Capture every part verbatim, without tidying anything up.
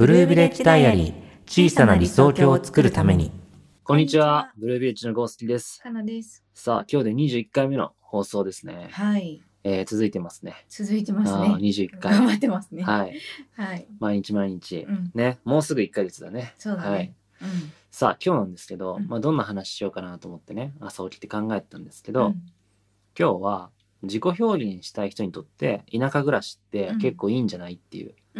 ブルービレッジダイアリー、小さな理想郷を作るために。 こんにちは、ブルービレッジのゴースティです。 かなです。 さあ、今日でにじゅういっかいめの放送ですね。 はい。 えー、続いてますね。 続いてますね。 あーにじゅういっかい。 頑張ってますね。 はい。 はい。 毎日毎日、 うん、 ね、もうすぐいっかげつだね。 そうだね。 はい。 うん、 さあ、今日なんですけど、 うんまあ、どんな話しようかなと思ってね、朝起きて考えてたんですけど、 うん、 今日は自己表現したい人にとって田舎暮らしって結構いいんじゃないっていう、 うん、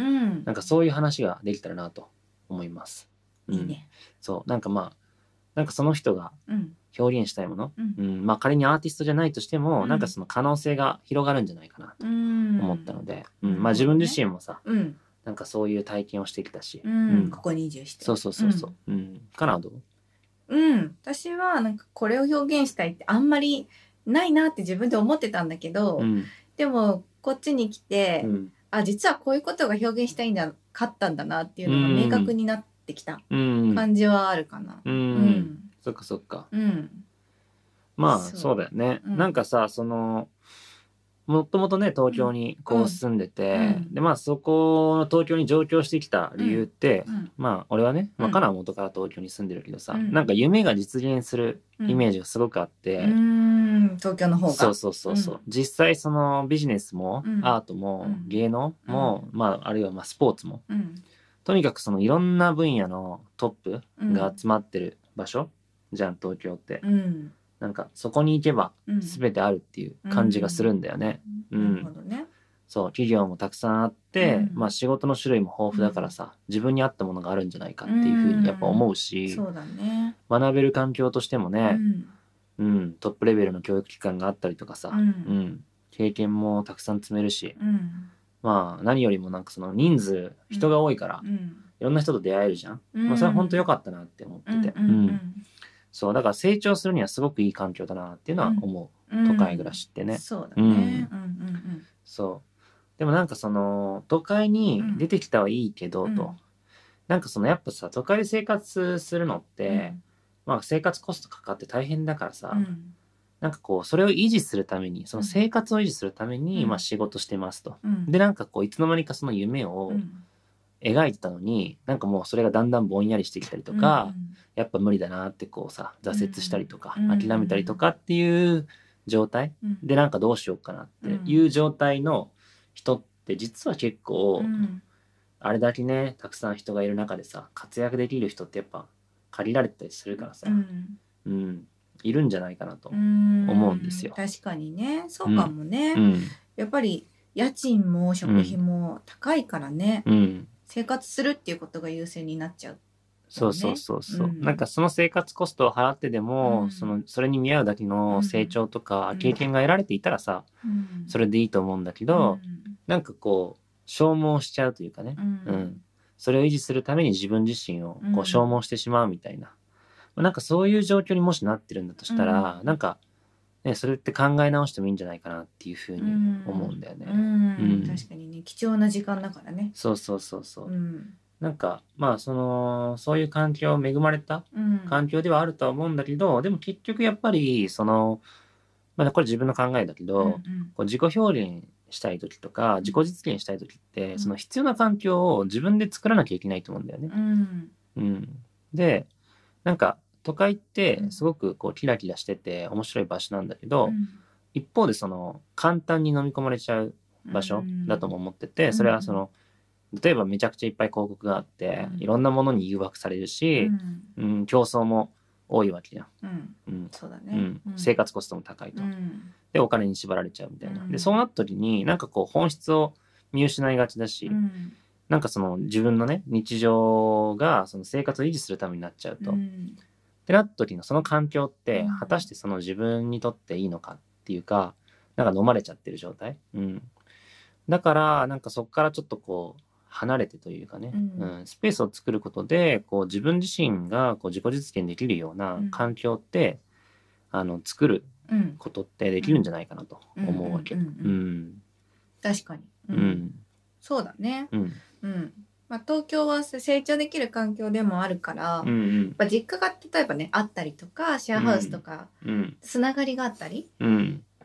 なんかそういう話ができたらなと思います。うん、 いいね。 そう、なんかまあ、なんかその人がうん、 表現したいもの、 うんうんまあ仮にアーティストじゃないとしても、 うんなんかその可能性が広がるんじゃないかなとうん、 思ったので、ううんんまあ自分自身もさ、 うん、 なんかそういう体験をしてきたし、 うん、 うんここに移住して。 そうそうそうそう、うんかなどううん、私はなんかこれを表現したいってあんまりないなって自分で思ってたんだけど、 うんでもこっちに来て、 うんあ、実はこういうことが表現したいんだかったんだなっていうのが明確になってきたうん感じはあるかな。 うん、 うんそっかそっか、 うんまあそうそうだよね、 うんなんかさそのもともとね東京にこうんう住んでて、 うんでまあそこの東京に上京してきた理由って、 うんまあ俺はね、まあ、 うんカナは元から東京に住んでるけどさ、 うんなんか夢が実現するイメージがすごくあって、 うーん東京の方がそうそうそうそう、 うん実際そのビジネスも、 うんアートも、 うん芸能も、まああるいはまあスポーツもうんとにかくそのいろんな分野のトップうんが集まってる場所、じゃん東京って、 うんなんかそこに行けばうん全てあるっていう感じがするんだよね、うんなるほどね。 そう企業もたくさんあって、 うんまあ仕事の種類も豊富だからさ、自分に合ったものがあるんじゃないかっていうふうにやっぱ思うし、 そうだね。 学べる環境としてもうね、 んうんトップレベルの教育機関があったりとかさ、 うんうん経験もたくさん積めるし、 うんまあ何よりもなんかその人数人が多いから、いうんろんな人と出会えるじゃん、 うんまあ、それは本当良かったなって思ってて、 うんうんそうだから成長するにはすごくいい環境だなっていうのは思う、 うん都会暮らしってね、 そうだね。うんうんそうでもなんかその都会に出てきたはいいけど、 うんとなんかそのやっぱさ都会で生活するのって、 うんまあ生活コストかかって大変だからさ、 うんなんかこうそれを維持するためにその生活を維持するために、 うんまあ仕事してますと、 うんでなんかこういつの間にかその夢をうん描いてたのに、なんかもうそれがだんだんぼんやりしてきたりとか、やっぱ無理だなってこうさ挫折したりとか、 うん諦めたりとかっていう状態、 うんでなんかどうしようかなっていう状態の人って実は結構、 うんあれだけねたくさん人がいる中でさ活躍できる人ってやっぱ限られてたりするからさ、 うんうんいるんじゃないかなとうん思うんですよ。 確かにね、そうかもね。 うんやっぱり家賃も食費も高いからね、 うん生活するっていうことが優先になっちゃう。 そうそうそうそう、 うんなんかその生活コストを払ってでも、 うんそのそれに見合うだけの成長とかうん経験が得られていたらさ、 うんそれでいいと思うんだけど、 うんなんかこう消耗しちゃうというかね、 うんうんそれを維持するために自分自身をこうんう消耗してしまうみたいな、まあなんかそういう状況にもしなってるんだとしたら、 うんなんか、ね、それって考え直してもいいんじゃないかなっていうふうに思うんだよね。 うんうん確かにね、貴重な時間だからね。 そうそうそうそう、 うんなんかまあそのそういう環境恵まれたうん環境ではあるとは思うんだけど、でも結局やっぱりその、まあ、これ自分の考えだけど、 うんこう自己表現したい時とか自己実現したい時って、 うんその必要な環境を自分で作らなきゃいけないと思うんだよね。 うんうん、でなんか都会ってすごくこうキラキラしてて面白い場所なんだけど、 うん一方でその簡単に飲み込まれちゃう場所だとも思ってて、 うんそれはその例えばめちゃくちゃいっぱい広告があって、 うんいろんなものに誘惑されるうし、 んうん競争も多いわけじゃん。 うんうんそうだねうん、生活コストも高いと、 うんでお金に縛られちゃうみたいな、 うんでそうなった時になんかこう本質を見失いがちだし、 うんなんかその自分のね日常がその生活を維持するためになっちゃうと、っうんてなった時のその環境ってうん果たしてその自分にとっていいのかっていうか、なんか飲まれちゃってる状態、うん、だからなんかそこからちょっとこう離れてというかね、 うんうんスペースを作ることでこう自分自身がこう自己実現できるような環境って、あの作るうんことってできるんじゃないかなと思うわけ。 うんううんうんん確かにうんうんそうだねうんうんまあ東京は成長できる環境でもあるからうんうんやっぱ実家が例えばねあったりとかシェアハウスとかうんつながりがあったりうん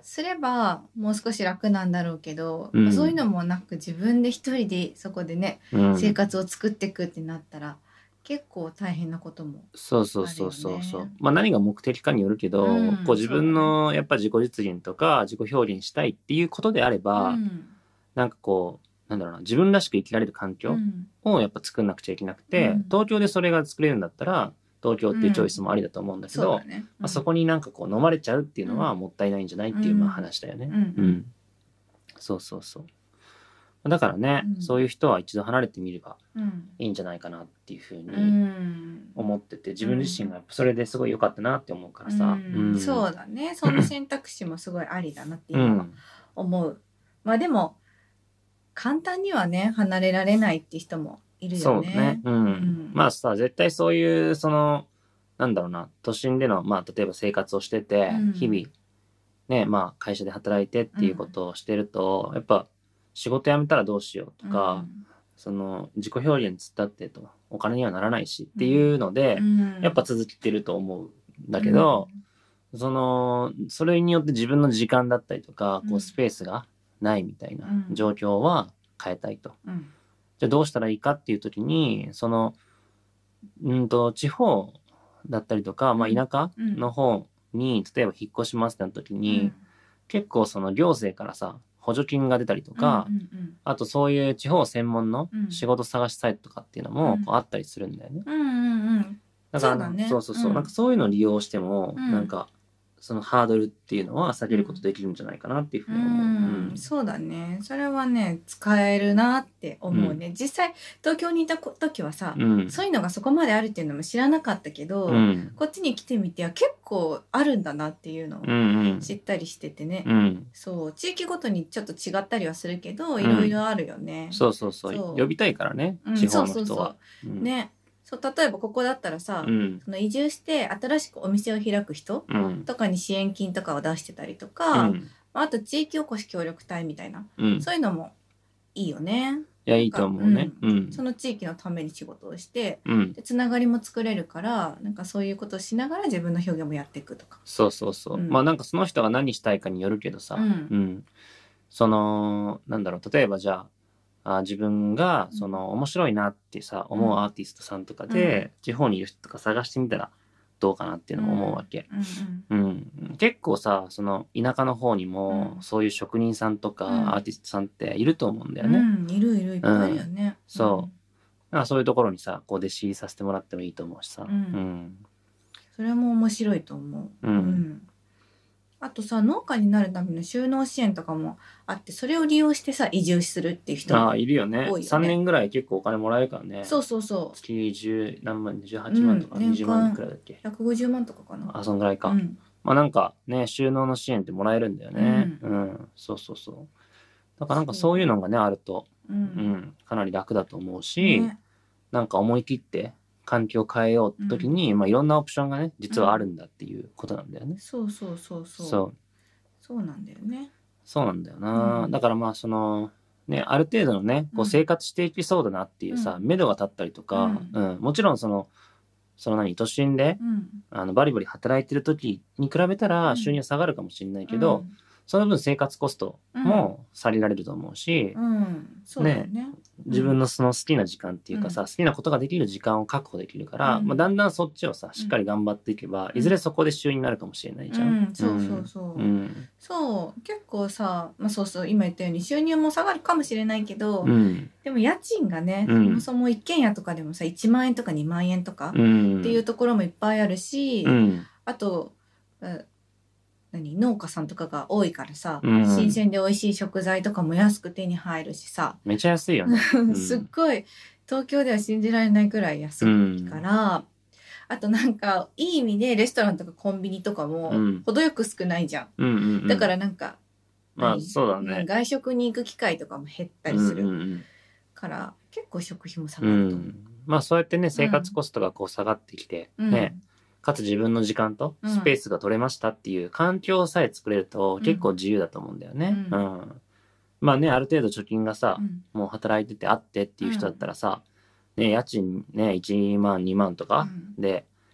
すればもう少し楽なんだろうけど、 うんそういうのもなく自分で一人でそこでね、 うん、 生活を作っていくってなったら結構大変なことも。 そうそうそうそうそう、 あるよねまあ何が目的かによるけど、 うんこう自分のやっぱ自己実現とか自己表現したいっていうことであれば、 うんなんかこうなんだろうな、自分らしく生きられる環境うんをやっぱ作んなくちゃいけなくて、 うん東京でそれが作れるんだったら東京っていうチョイスもありだと思うんだけど、 そうだね、 まあ、そこになんかこう飲まれちゃうっていうのはうんもったいないんじゃないっていうまあ話だよね。 うんうんそうそうそう。だからね、 うんそういう人は一度離れてみればうんいいんじゃないかなっていうふううにん思ってて、自分自身がやっぱそれですごい良かったなって思うからさ。 うんそうだね、その選択肢もすごいありだなって今は思う。まあでも簡単にはね離れられないって人もいるそうよね。 ね。うん。 んまあさ、絶対そういう、その、なんだろうな、都心での、まあ、例えば生活をしてて、 うん日々、ね、まあ、会社で働いてっていうことをしてると、やっぱ、仕事辞めたらどうしようとか、その、自己表現つったってと、お金にはならないしっていうので、 うんやっぱ続けてると思うんだけど、その、それによって自分の時間だったりとか、 うんこう、スペースがないみたいなうん状況は変えたいと。 うんじゃあどうしたらいいかっていう時に、その、うんと、地方だったりとか、まあうん田舎の方に、例えば引っ越しますってなった時に、結構その行政からさ、補助金が出たりとか、 うんうんあとそういう地方専門のうん仕事探しサイトとかっていうのもうんこうあったりするんだよね。 うんうんうんだからそうだねそうそうそう、 うんなんかそういうのを利用しても、 うんなんかそのハードルっていうのは避けることできるんじゃないかなっていうふうに思う。 うんそうだね、それはね使えるなって思うね、実際東京にいた時はさ、 うん。 そういうのがそこまであるっていうのも知らなかったけど、 うん。 こっちに来てみては結構あるんだなっていうのをうんうん知ったりしててね、 うん。 そう地域ごとにちょっと違ったりはするけどいろいろあるよね、 そうそうそう。 そう呼びたいからね、 うん地方のそうそう人は。うんね、そう例えばここだったらさ、 うん。 その移住して新しくお店を開く人うん。 とかに支援金とかを出してたりとうか、 ん。 あと地域おこし協力隊みたいな、 うん。 そういうのもいいよね。 いや、いいと思うね。うん。 その地域のために仕事をしてうん。 でつながりも作れるからなんかそういうことをしながら自分の表現もやっていくとか。 そうそうそう。 うんまあなんかその人が何したいかによるけどさ、 うんん。その、なんだろう、例えばじゃあ、あ自分がその面白いなってさ、 うん思うアーティストさんとかで、地方にいる人とか探してみたらどうかなっていうのも思うわけ。 うんうん。結構さ、その田舎の方にも、 うんそういう職人さんとかうんアーティストさんっていると思うんだようんね。 うんいるいるいっぱいいるよね。 そうだからそういうところにさ、こう弟子入りさせてもらってもいいと思うしさ。 うんうん。 それも面白いと思う。 うんあとさ農家になるための就農支援とかもあってそれを利用してさ移住するっていう人もああ、いるよね多いよねさんねんぐらい結構お金もらえるからね。 そうそうそう月じゅう何万、じゅうはちまんとかうんにじゅうまんくらいだっけ。 ひゃくごじゅうまんとかかな。 あ、そんぐらいか。 うんまあなんかね、収納の支援ってもらえるんだよね。 ううん。そうそうそう。だからなんかそういうのがね、あると、 ううんん、かなり楽だと思うし、 ねなんか思い切って環境を変えようって時に、まあいろんなオプションがね、実はあるんだっていうことなんだよね。 そうそうそうそうそう。 そうなんだよね。 そうなんだよな、 うんだからまあそのねある程度のねこううん生活していきそうだなっていうさ、 うん目処が立ったりとか、 ううんもちろんそのその何都心でうんあのバリバリ働いてる時に比べたうんら収入下がるかもしれないけど、 うんその分生活コストも下げられると思うし、 うん、そうだよね。 自分のその好きな時間っていうかさ、 うん好きなことができる時間を確保できるから、 うんまあ、だんだんそっちをさしっかり頑張っていけば、 うんいずれそこで収入になるかもしれないじゃん。 うん、そうそうそう。 うんそう、結構さ、まあそうそう、今言ったように収入も下がるかもしれないけど、 うんでも家賃がね、 うんそもそも一軒家とかでもさ、いちまん円とかにまん円とかうんっていうところもいっぱいあるし、 うんあと、あ何農家さんとかが多いからさ、 うん新鮮で美味しい食材とかも安く手に入るしさ、 めっちゃ安いよね。んすっごい東京では信じられないくらい安いから、あとなんかいい意味でレストランとかコンビニとかもうん程よく少ないじゃん。 うんうんうん、 だからなんか、 まあ何そうだね。 外食に行く機会とかも減ったりするうんうんから、結構食費も下うんうがると思う。 ん、まあそうやってね生活コストがこう下がってきて、 うんねかつ自分の時間とスペースが取れましたっていう環境さえ作れると結構自由だと思うんだよね。 ううんんまあねある程度貯金がさ、 うんもう働いててあってっていう人だったらさ、ね、家賃ねいちまんにまんとかうんで、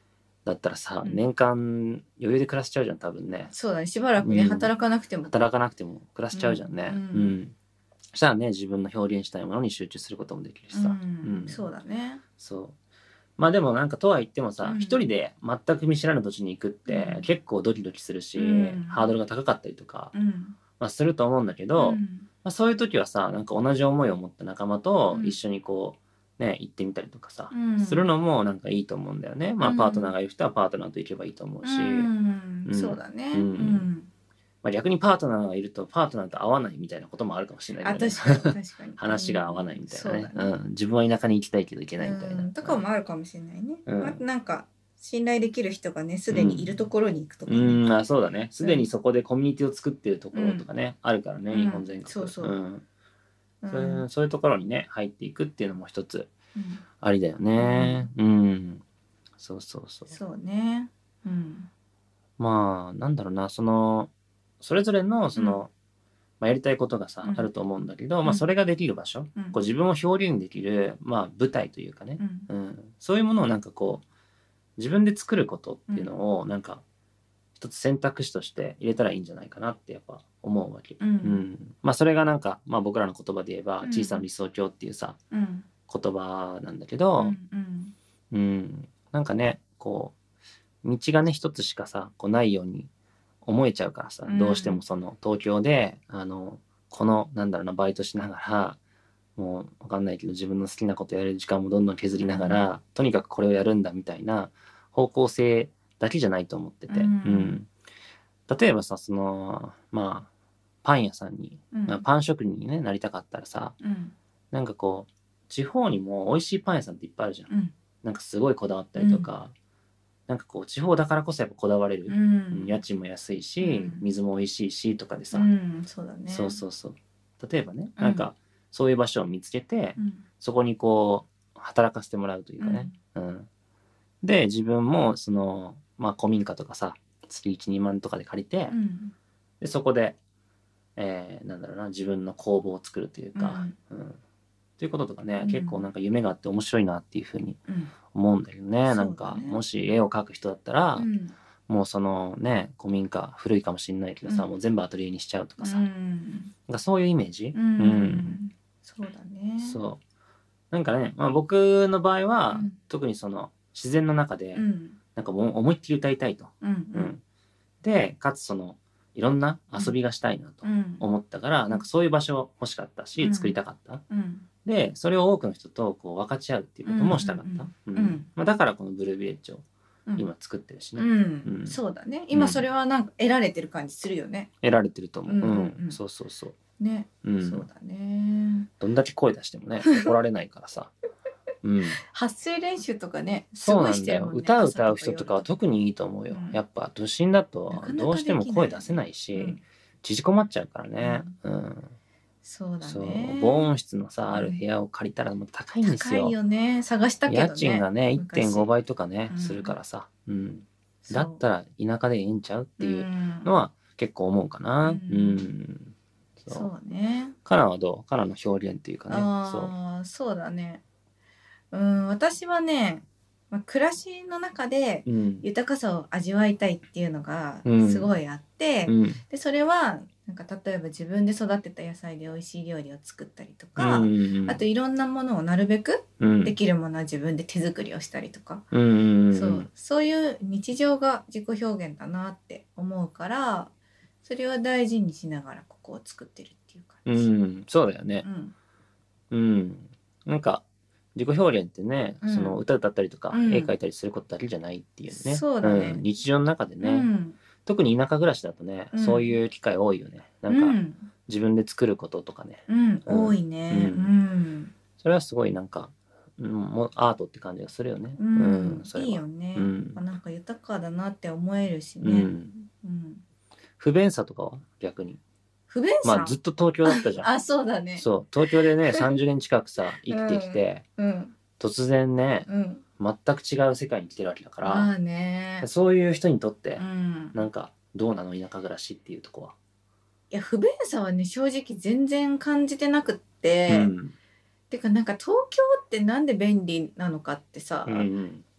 だったらさ、 うん年間余裕で暮らしちゃうじゃん多分ね。 そうだね、しばらくね、 うん働かなくても。 働かなくても暮らしちゃうじゃんね。 ううんん。そしたらね自分の表現したいものに集中することもできるしさ。 うんうんそうだね。 そう。まあでもなんかとは言ってもさ、 うん一人で全く見知らぬ土地に行くってうん結構ドキドキするし、 うんハードルが高かったりとか、 うん。 まあ、すると思うんだけど、 うんまあ、そういう時はさなんか同じ思いを持った仲間とうん一緒にこうね行ってみたりとかさ、 うんするのもなんかいいと思うんだよね。まあうんパートナーがいる人はパートナーと行けばいいと思うし、 うんうんそうだね。 うんうんまあ、逆にパートナーがいるとパートナーと合わないみたいなこともあるかもしれないあ、 けど確ね。 かに確かに。 話が合わないみたいなねそうだねうん、自分は田舎に行きたいけど行けないみたいな、 うんとかもあるかもしれないね。 うんあとなんか信頼できる人がね、すでにいるところに行くとかね。 うん、あ、そうだね。すでにそこでコミュニティを作ってるところとかね、あるからね、 うん日本全国。 そうそううんうんそういうそういうところにね、入っていくっていうのも一つうんありだよね。うん。そうそうそう。 そうね。うん。 まあ、なんだろうな、その、それぞれの、その、まあ、やりたいことがさ、 うんあると思うんだけど、 うんまあ、それができる場所、 うんこう自分を表現できる、まあ、舞台というかね、 うんうん、そういうものをなんかこう、自分で作ることっていうのを、なんか、一つ選択肢として入れたらいいんじゃないかなってやっぱ思うわけ。 うんうんまあそれがなんか、まあ僕らの言葉で言えば、 うん小さな理想郷っていうさ、 うん言葉なんだけうど、 んうんうん、なんかね、こう、道がね、一つしかさ、こうないように思えちゃうからさ、 うんどうしてもその東京で、あの、この、なんだろうな、バイトしながら、もうわかんないけど自分の好きなことやれる時間もどんどん削りながら、とにかくこれをやるんだみたいな方向性だけじゃないと思ってて、 うんうん例えばさ、その、まあ、パン屋さんに、 うんまあ、パン職人に、ね、なりたかったらさ、 うんなんかこう、地方にも美味しいパン屋さんっていっぱいあるじゃん。 うんなんかすごいこだわったりとか、なんかこう、地方だからこそやっぱこだわれる。 ううんん家賃も安いし、 うん水も美味しいしとかでさ、 うんそうだね。 そうそうそう。例えばね、 うんなんかそういう場所を見つけて、 うんそこにこう、働かせてもらうというかね。うんで、自分もその、まあ古民家とかさ、月いち、にまんとかで借りて、 うんでそこで、えーなんだろうな、自分の工房を作るというか、うんということとかね、 うん結構なんか夢があって面白いなっていうふうにうん思うんだけどね。 そうだねなんか、もし絵を描く人だったら、 うんもうそのね、古民家、古いかもしれないけどさ、 うんもう全部アトリエにしちゃうとかさ、 うなんんかそういうイメージ、 うんうんそうだね。 そう。なんかね、まあ僕の場合は、 うん特にその自然の中で、 うんなんかもう思いっきり歌いたいと。 うんうんで、かつその、いろんな遊びがしたいなとうん思ったから、なんかそういう場所欲しかったし、 うん作りたかった。 うんで、それを多くの人とこう分かち合うっていうこともしたかった。 うんうんうんまあ、だからこのブルービレッジをうん今作ってるしね。 うんうんそうだね。今それはなんか得られてる感じするよね。 得られてると思う。 うんううんうんん。そうそうそう。 ね。 うん。 そうだね。 どんだけ声出してもね、怒られないからさ。うん。 発声練習とかね、すそうごないんだよ。 してるもんね。 歌を歌う人とかは朝特にいいと思うよ。 うんやっぱ都心だとなかなかどうしても声出せないできし、 ないうん縮こまっちゃうからね。うん。 そうだそう。 ね。 防音室のさ、ある部屋を借りたらもう高いんですよ。 高いよね。探したけどね。 家賃がね、いってんごばいとかね、 うんするからさ。うん。 そうだったら田舎でええんちゃうっていううんのは結構思うかな。 ううんん。そう。 そうね。 カナはどうカナの表現っていうかね。そう。 ああ、そうだね。うん、私はね、まあ、暮らしの中でうん。 豊かさを味わいたいっていうのがうんすごいあって、 うん。 でそれはなんか例えば自分で育てた野菜で美味しい料理を作ったりとうか、 ん。 あといろんなものをなるべくうん、 できるものは自分で手作りをしたりとか、 うんうんうん、 そうそういう日常が自己表現だなって思うからそれを大事にしながらここを作ってるっていうう感じ。 ん、そうだよねう。んうん。なんか、自己表現ってね、 うんその歌歌ったりとか、 うん絵描いたりすることだけじゃないっていうね。 そうだねん日常の中でね、 うん特に田舎暮らしだとね、 うんそういう機会多いよね。なか、 うんん自分で作ることとかね。 うんうん多いね。 ううんんそれはすごいなんか、うん、もうアートって感じがするよね。 うんそれはいいよね。 うんまあなんか豊かだなって思えるしね。 うん。 うん不便さとかは逆に。 不便さ。 まあずっと東京だったじゃん。 あそうだね。 そう。東京でね、さんじゅうねん近くさ、生きてきて、 うん突然ね、 うん。 全く違う世界に来てるわけだから、 まあね。 そういう人にとってう、ん。 なんかどうなの田舎暮らしっていうとこは。 いや不便さはね正直全然感じてなくって、 うんてかなんか東京ってなんで便利なのかってさ、 うん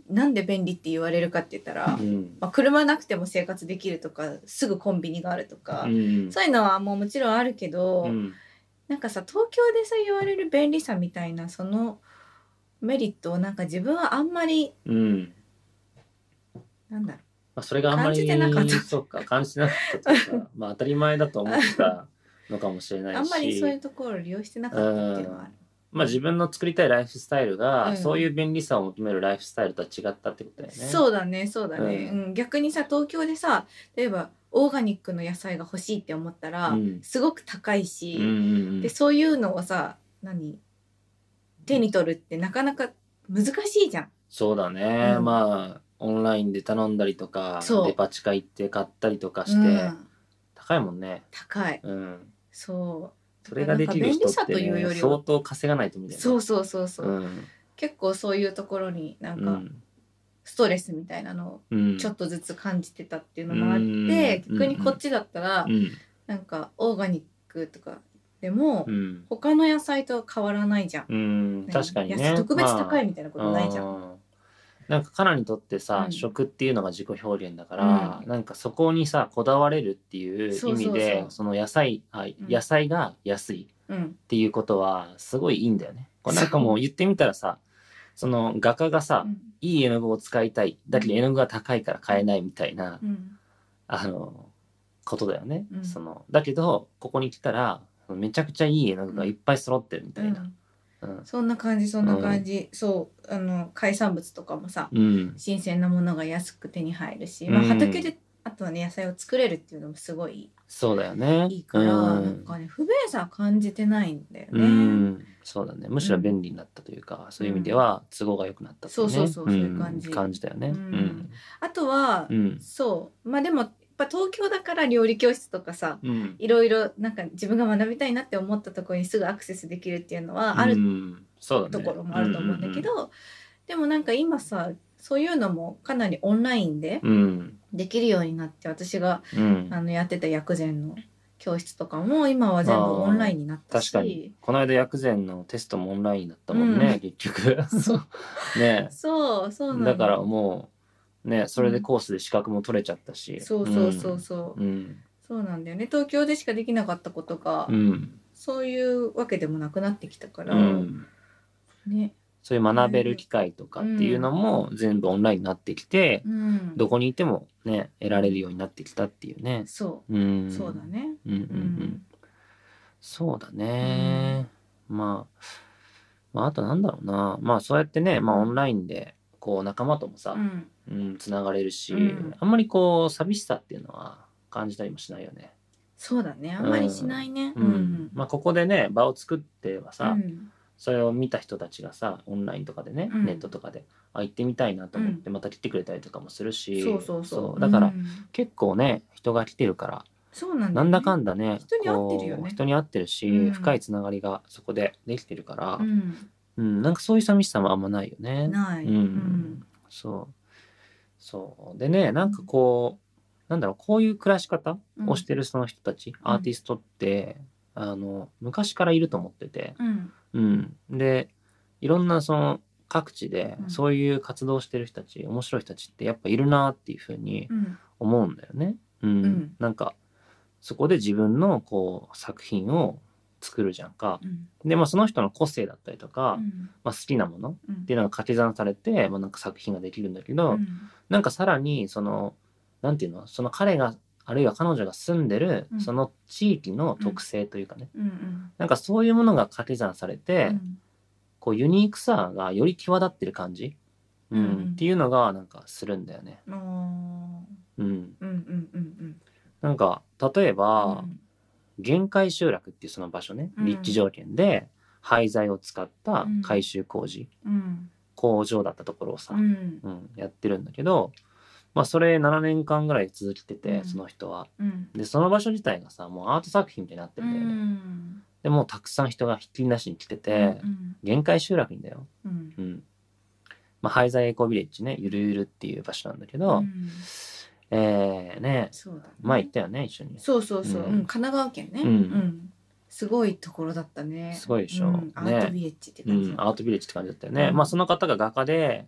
なんで便利って言われるかって言ったら、 うんまあ、車なくても生活できるとかすぐコンビニがあるとか、 うんそういうのはもうもちろんあるけど、 うんなんかさ東京でさ言われる便利さみたいなそのメリットをなんか自分はあんまりうんなんだろまあ、それがあんまり感じてなかったそうか感じてなかったというかまあ当たり前だと思ってたのかもしれないしうあんまりそういうところを利用してなかったっていうのはある。 まあ、自分の作りたいライフスタイルが、 うんそういう便利さを求めるライフスタイルとは違ったってことだよね。 そうだねそうだね、 ううん逆にさ東京でさ例えばオーガニックの野菜が欲しいって思ったら、 うんすごく高いし、 うんうんうんでそういうのをさ何手に取るってなかなか難しいじゃん。 そうだね、 うんまあオンラインで頼んだりとかそうデパ地下行って買ったりとかして、 うん高いもんね。 高いうん、 そうそれができる人って、 なんか便利さというよね、 りは相当稼がないと思うんだよね。 そうそうそうそう、 うん結構そういうところになんかうんストレスみたいなのをうん、 ちょっとずつ感じてたっていうのもあって、 うん逆にこっちだったら、 うんなんかオーガニックとかでも、 うん他の野菜と変わらないじゃん。 うん、確かにね。 いや特別高いまみたいなことないじゃん。 あうんなんかカナにとってさ、 うん食っていうのが自己表現だから、なんかそこにさこだわれるっていう意味でそうそうそうその野菜あん野菜が安いうんっていうことはすごいいいんだよね。これなんかもう言ってみたらさその画家がさ、 うんいい絵の具を使いたいだけど絵の具が高いから買えないみたいな、 うんあのことだよね。 うんそのだけどここに来たらめちゃくちゃいい絵の具がいっぱい揃ってるみたいな。 うんうんそんな感じそんな感じ、そうあの海産物とかもさうん新鮮なものが安く手に入るし、 うんまあ、畑であとはね野菜を作れるっていうのもすごいそうだよね。 いいから、 うんなんかね不便さは感じてないんだようね。 ん、そうだね。むしろ便利になったというか、そういう意味では都合が良くなったっていうね。 そうそうそうそういう感じん感じだよね。 ううんん。 あとは、 うん。 そうまあでもやっぱ東京だから料理教室とかさうん。 いろいろなんか自分が学びたいなって思ったところにすぐアクセスできるっていうのはあうるんそうだね。 ところもあると思うんだけど、でもなんか今さそういうのもかなりオンラインでうん。 できるようになって私がうん。 あのやってた薬膳の教室とかも今は全部オンラインになったし確かに。この間薬膳のテストもオンラインだったもんね、 うん結局。 そうねそうそうなのだからもう、ね、それでコースで資格も取れちゃったし。 そうそうそうそう、 うん。 そうなんだよね東京でしかできなかったことが、 うん。 そういうわけでもなくなってきたから、 うん。 ね、 そういう学べる機会とかっていうのも全部オンラインになってきて、 うん、 どこにいてもね得られるようになってきたっていうね。 そうう、 ん。 そうだね。 うんうんうん。そうだね。まあ、まああとなんだろうな。まあそうやってね、まあオンラインでこう仲間ともさう、ん、 うん、つながれるし、 うんあんまりこう寂しさっていうのは感じたりもしないよね。 そうだねあんまりしないね。 うん。うんまあここでね場を作ってはさ、 うんそれを見た人たちがさオンラインとかでね、 うんネットとかであ行ってみたいなと思ってまた来てくれたりとかもするし、 そうそうそうだから、 うん結構ね人が来てるからそうなんだよね、 なんだかんだね人に会ってるよねこう人に会ってるし、 うん深いつながりがそこでできてるから、 うん、 うんなんかそういう寂しさもあんまないよね。 ない、 うんうんそうそうでねなんかこうなんだろうこういう暮らし方をしてるその人たち、アーティストってあの昔からいると思ってて、 うんうん、でいろんなその各地でうんそういう活動してる人たち、面白い人たちってやっぱいるなっていうふうにうん思うんだよね。うんうんなんかそこで自分のこう作品を作るじゃんか。 うんでまあその人の個性だったりとか、 うんまあ、好きなものっうんていうのが掛け算されて、まあ、なんか作品ができるんだけど、 うんなんかさらにそのなんていうのその彼があるいは彼女が住んでるうんその地域の特性というかね、 うんうんなんかそういうものが掛け算されて、 うんこうユニークさがより際立ってる感じ、うんうんうんっていうのがなんかするんだよね。 あーうん、 うんうんうんなんか例えうば、 ん限界集落っていうその場所ね、 うん立地条件で廃材を使ったうん改修工事、 うん工場だったところをさ、 うんうんやってるんだけど、まあそれななねんかんぐらい続けてて、 うんその人は。 うんでその場所自体がさもうアート作品みたいになってうるんだよね。 んでもうたくさん人がひっきりなしに来てて、 うん限界集落にだよ。 うんうんまあ、廃材エコビレッジねゆるゆるっていう場所なんだけど、 うんえー、ねそうだね前行ったよね一緒に。 そうそうそう、 うんうん神奈川県ね、 うんすごいところだったね。 すごいでしょうんアートビレッジってう感じだん、アートビレッジって感じだったよね。 うんまあその方が画家で、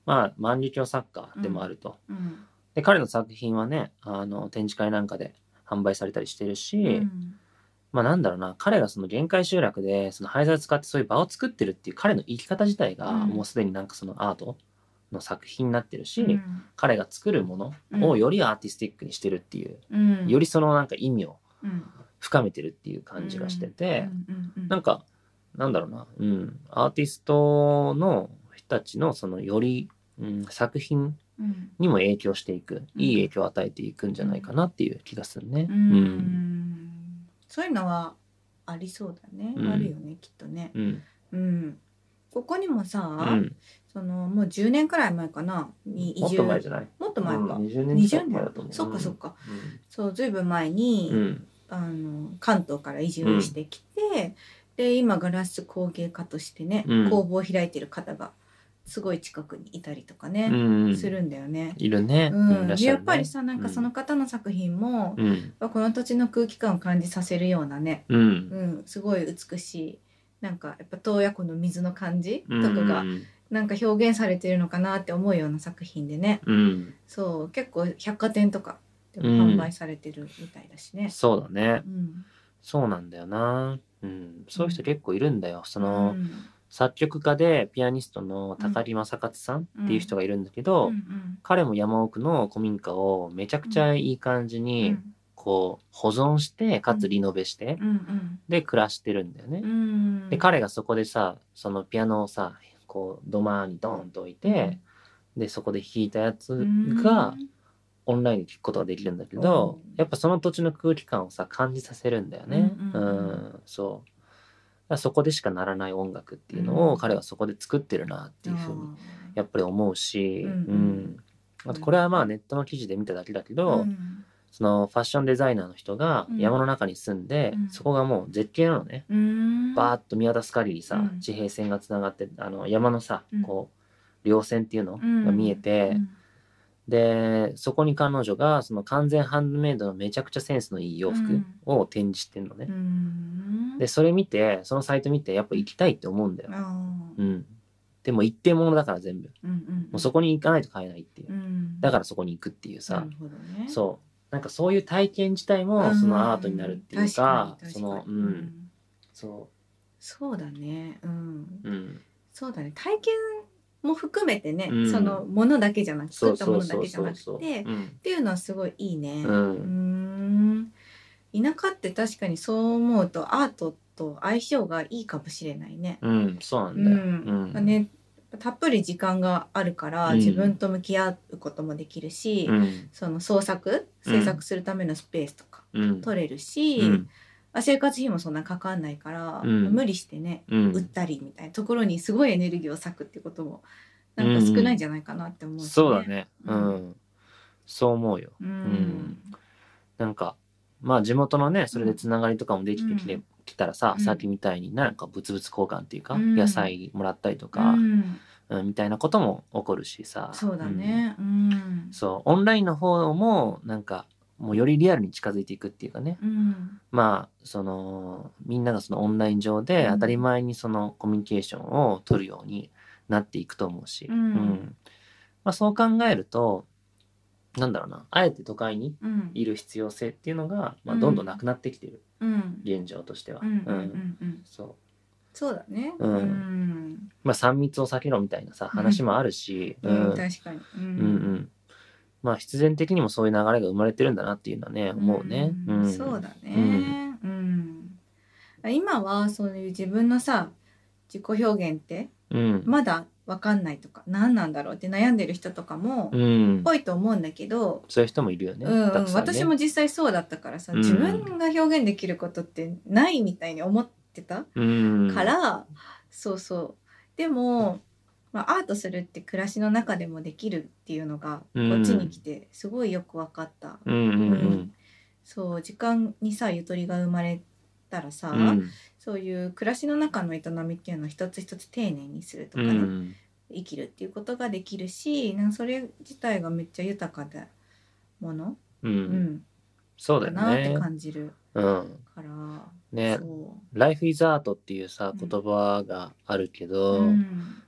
まあ万華鏡作家でもあると、 うんで彼の作品はねあの展示会なんかで販売されたりしてるし、 うんまあなんだろうな、彼がその限界集落でその廃材を使ってそういう場を作ってるっていう彼の生き方自体がうんもうすでになんかそのアートの作品になってるし、 うん彼が作るものをよりアーティスティックにしてるっていう、 うんよりそのなんか意味をうん深めてるっていう感じがしてて、 うんうんなんかなんだろうな、うん、アーティストの人たちのそのより、うん、作品うんにも影響していく、 うんいい影響を与えていくんじゃないかなっていう気がするね。 ううんんそういうのはありそうだね、 うんあるよねきっとね。 うんうんここにもさ、 うんそのもうじゅうねんくらい前かなに移もっ住と前じゃない？ もっと前か、 うん、にじゅうねん近く前だと思う。 そっかそっか、 うんそうずいぶん前に、 うんあの関東から移住してきて、で今ガラス工芸家としてね、 うん工房を開いてる方がすごい近くにいたりとかね、 うんするんだよね。 いるね。 うんいらっしゃるねでやっぱりさなんかその方の作品も、 うんこの土地の空気感を感じさせるようなね、 うんうん、すごい美しいなんかやっぱ洞爺湖の水の感じとかがなんか表現されてるのかなって思うような作品でね、 うんそう結構百貨店とかでも販売されてるみたいだしね。 そうだね。 うんそうなんだよな。うん、そういう人結構いるんだよ。その、 うん作曲家でピアニストの高利正勝さんっていう人がいるんだけど、 うんうん彼も山奥の古民家をめちゃくちゃいい感じにこう保存してかつリノベして、 うんうんで暮らしてるんだよね。 うんで彼がそこでさそのピアノをさこう土間にドーンと置いて、でそこで弾いたやつがオンラインで聴くことができるんだけど、 うんやっぱその土地の空気感をさ感じさせるんだよね。 うんうんうんうんそうだからそこでしかならない音楽っていうのをうん彼はそこで作ってるなっていうふうにやっぱり思うし、 うんうんうんあとこれはまあネットの記事で見ただけだけど、 うんそのファッションデザイナーの人がうん山の中に住んで、 うんそこがもう絶景なのね。 うんバーッと見渡す限りさ、 うん地平線がつながってあの山のさ、 うんこう稜線っていうのが見えて、 うんでそこに彼女がその完全ハンドメイドのめちゃくちゃセンスのいい洋服を展示してんのね。 うんでそれ見てそのサイト見てやっぱ行きたいって思うんだよ。 あーうん、でも一点物だから全部うんうんもうそこに行かないと買えないっていう、 うんだからそこに行くっていうなさ、 るほどね。 そうなんかそういう体験自体もそのアートになるっていうか、 うんそのう確かに確かにんそそうだね。うん。 ううんそうだね。体験も含めてね、 うんそのものだけじゃなくて、 そう作ったものだそうそうけじゃなくそうて、っうんていうのはすごいいいね。 うんん。田舎って確かにそう思うとアートと相性がいいかもしれないね。 うんそうなんだよ。 うんうんね、たっぷり時間があるからうん自分と向き合うこともできるし、 うんその創作制作するためのスペースとかうん取れるし、 うんあ生活費もそんなかかんないから、 うん無理してねうん売ったりみたいなところにすごいエネルギーを割くってこともなんか少ないんじゃないかなって思うし、ねそうだねう、 うんそう思うよ。 うんんなんかまあ地元のねそれでつながりとかもできてきて、 うんきたらさ、 うんさっきみたいになんか物々交換っていうか、 うん野菜もらったりとか、 うんうんみたいなことも起こるしさ。 そうだねうんうんそうオンラインの方もなんかもうよりリアルに近づいていくっていうかね、 うんまあそのみんながそのオンライン上で当たり前にそのコミュニケーションを取るようになっていくと思うし、 うんまあ、そう考えるとなんだろうなあえて都会にうんいる必要性っていうのが、まあ、 うんどんどんなくなってきてる、 うん現状としては。 うんうんうんうんうんそうそうだねうんうんまあさん密を避けろみたいなさ話もあるし、 うんうん確かにううんうんまあ必然的にもそういう流れが生まれてるんだなっていうのはね思うね。 ううんんそうだねうん今はそういう自分のさ自己表現ってうんまだ分かんないとか何なんだろうって悩んでる人とかもうん多いと思うんだけど、 そういう人もいるよね。 うんたくさんね私も実際そうだったからさ、 うん自分が表現できることってないみたいに思ってたうんから、そうそうでも、まあ、アートするって暮らしの中でもできるっていうのがうんこっちに来てすごいよく分かった、 うんうんうんそう時間にさゆとりが生まれたらさ、 うんそういう暮らしの中の営みっていうのを一つ一つ丁寧にするとうかね、 ん生きるっていうことができるしなんかそれ自体がめっちゃ豊かなもの、 ううんん、 そうだよだなってね。 感じるうんから、 ねそ 「Life is Art」っていうさうん言葉があるけう、 ど、 うん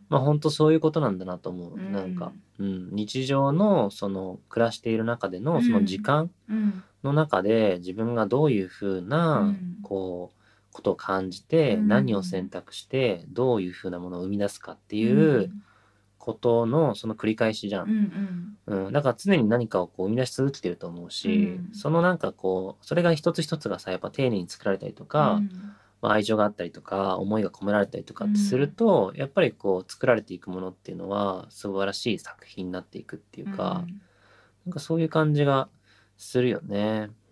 まあ本当そういうことなんだなと思う、 うん、 なんか、うん、日常のその暮らしている中でのその時間の中で自分がどういうふうな、 うん、 こうことを感じて、 うん、 何を選択してどういうふうなものを生み出すかっていうことのその繰り返しじゃん、 うんうんうん、だから常に何かをこう生み出し続けてると思うし、 うん、 そのなんかこうそれが一つ一つがさやっぱ丁寧に作られたりとか、 うんまあ、愛情があったりとか思いが込められたりとかってすると、うん、やっぱりこう作られていくものっていうのは素晴らしい作品になっていくっていうか、うん、なんかそういう感じがするよね。うん、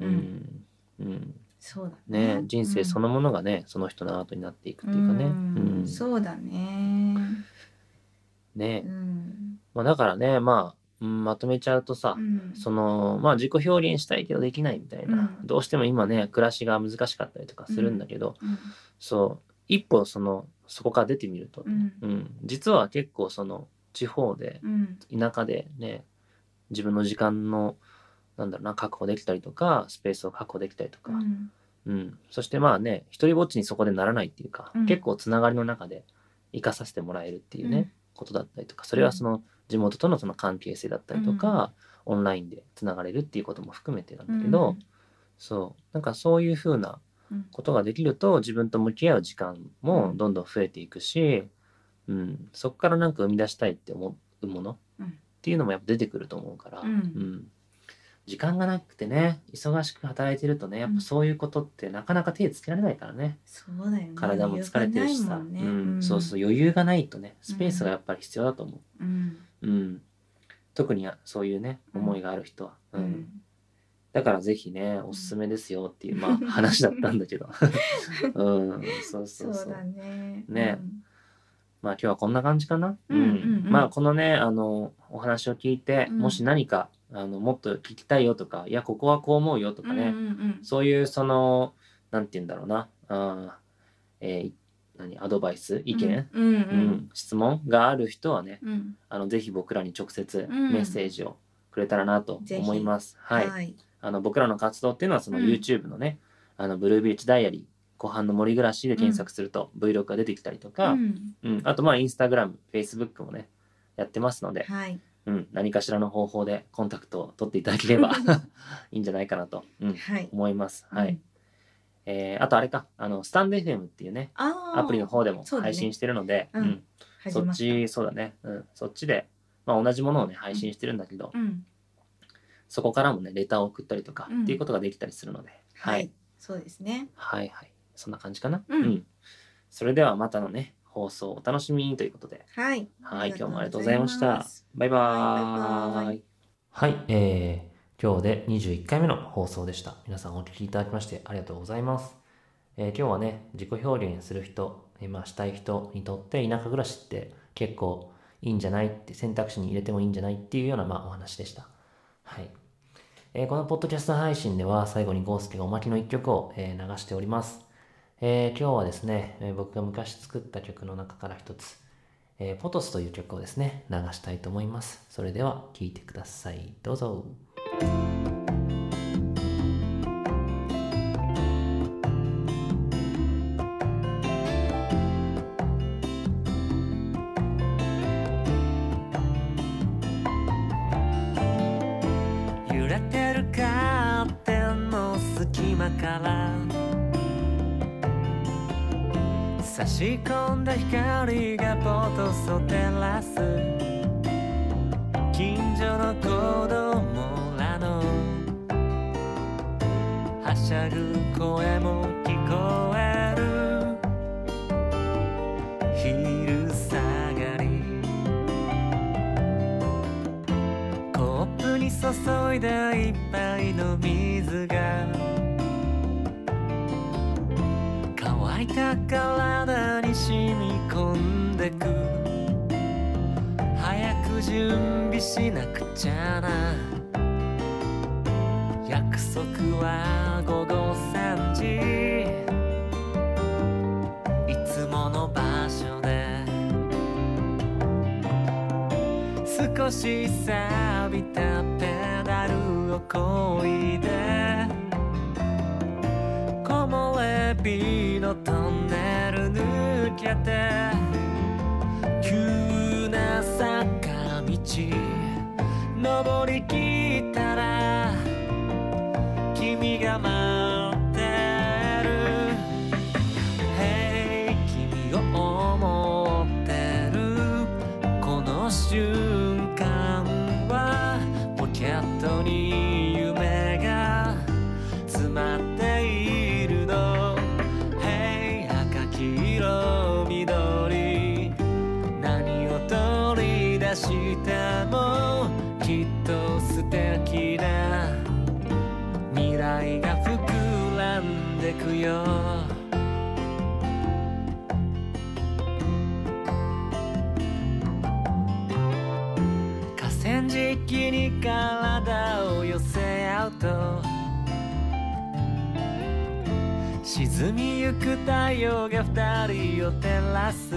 うん、うん、 そうだね。 ね、人生そのものがね、うん、その人のアートになっていくっていうかね。 うんうん、そうだね。 ね、 うん、 まあ、だからね、まあ、うん、まとめちゃうとさ、 うん、 そのまあ自己表現したいけどできないみたいな、うん、どうしても今ね暮らしが難しかったりとかするんだけど、 うんうん、 そう一歩そのそこから出てみると、 うんうん、実は結構その地方で、 うん、 田舎でね自分の時間のなんだろうな確保できたりとかスペースを確保できたりとか、 うんうん、そしてまあね一人ぼっちにそこでならないっていうか、 うん、 結構つながりの中で生かさせてもらえるっていうね、うん、ことだったりとか、それはその地元とのその関係性だったりとか、うん、オンラインでつながれるっていうことも含めてなんだけど、うん、そうなんかそういう風なことができると自分と向き合う時間もどんどん増えていくし、うん、そこからなんか生み出したいって思うものっていうのもやっぱ出てくると思うから、 うんうん、 時間がなくてね忙しく働いてるとねやっぱそういうことってなかなか手つけられないからね、 そうだよね、 体も疲れてるしさ、 ね、 うんうん、そうそう余裕がないとねスペースがやっぱり必要だと思う、 うんうん、特にそういうね思いがある人は、うんうん、だからぜひねおすすめですよっていう、まあ、話だったんだけど、うん、そうそうそう、 そうだね、 ね、うん、まあ今日はこんな感じかな、 うんうんうん、 まあこのねあのお話を聞いて、うん、もし何かあのもっと聞きたいよとかいやここはこう思うよとかね、 うんうんうん、 そういうそのなんて言うんだろうなあ、えー、何アドバイス意見、 うんうんうんうん、質問がある人はね、 うん、 あのぜひ僕らに直接メッセージをくれたらなと思います、はい、はい、あの僕らの活動っていうのはその YouTube のね、うん、あのブルービーチダイアリー湖畔の森暮らしで検索すると Vlog が出てきたりとか、 うんうん、あとまあ Instagram、Facebook もねやってますので、 はいうん、何かしらの方法でコンタクトを取っていただければいいんじゃないかなと、うんはい、 思います。はい。うん、えー、あとあれかあのスタンド エフエム っていうねアプリの方でも配信してるので、そ,、ねうんうん、そっちそうだね、うん、そっちで、まあ、同じものをね配信してるんだけど、 うん、 そこからもねレターを送ったりとかっていうことができたりするので、 うん、はい、はい、そうですね。 はいはい、そんな感じかな。 うん。うん、 それではまたのね放送お楽しみにということで、 はい、 はい、今日もありがとうございました。バイバーイ。はい、 はい、えー、今日でにじゅういっかいめの放送でした。皆さんお聞きいただきましてありがとうございます。えー、今日はね、自己表現する人、えー、まあしたい人にとって田舎暮らしって結構いいんじゃないって選択肢に入れてもいいんじゃないっていうようなまあお話でした。はい。えー、このポッドキャスト配信では最後にゴースケがおまけの一曲を、えー、流しております。えー、今日はですね、えー、僕が昔作った曲の中から一つ、えー、ポトスという曲をですね、流したいと思います。それでは聴いてください。どうぞ。 揺れてるカーテンの隙間から差し込んだ光がポトスを照らす近所の子供らのはしゃぐ声も聞こえる昼下がりコップに注いだ一杯の水が乾いた体に染み込んでく早く準備しなくちゃな約束はごごさんじいつもの場所で少し錆びたペダルをこいで木漏れ日のトンネル抜けて急登りきったら君が待ってる Hey 君を思ってるこの瞬間はポケットに夢が詰まっているの Hey 赤黄色緑何を取り出してもきっと素敵な未来が膨らんでくよ河川敷に体を寄せ合うと沈みゆく太陽が二人を照らす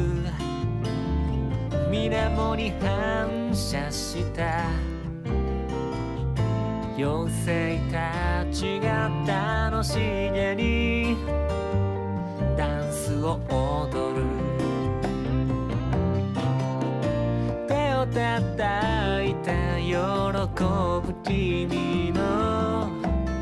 水面に反射した妖精たちが楽しげにダンスを踊る手を叩いて喜ぶ君の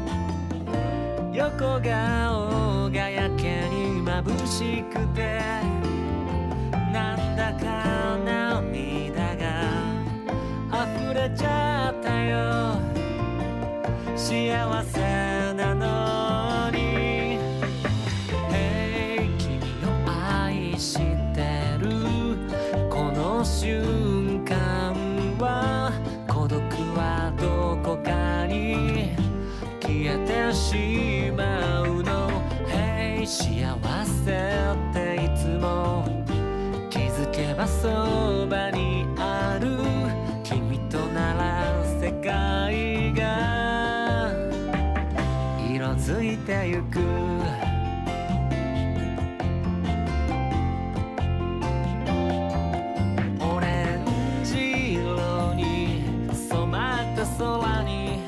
横顔がやけに眩しくてなんだか涙が溢れちゃったよ幸せなのに Hey 君を愛してるこの瞬間は孤独はどこかに消えてしまうの Hey 幸せっていつも気づけばそばにある君となら世界が色づいてゆくオレンジ色に染まった空に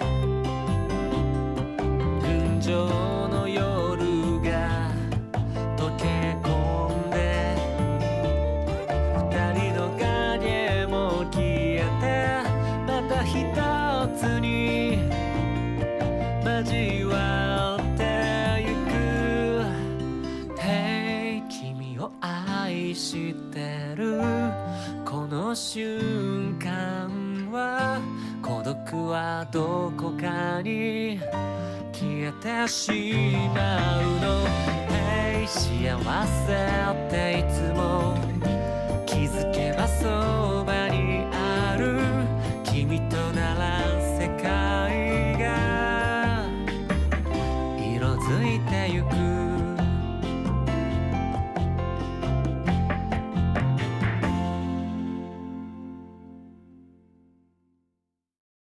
群青の夜が溶け込んで二人の影も消えてまた一つに交わってゆく Hey 君を愛してるこの瞬間は孤独はどこかに消えてしまうの Hey 幸せっていつも気づけばそばにある君となら世界が色づいてゆく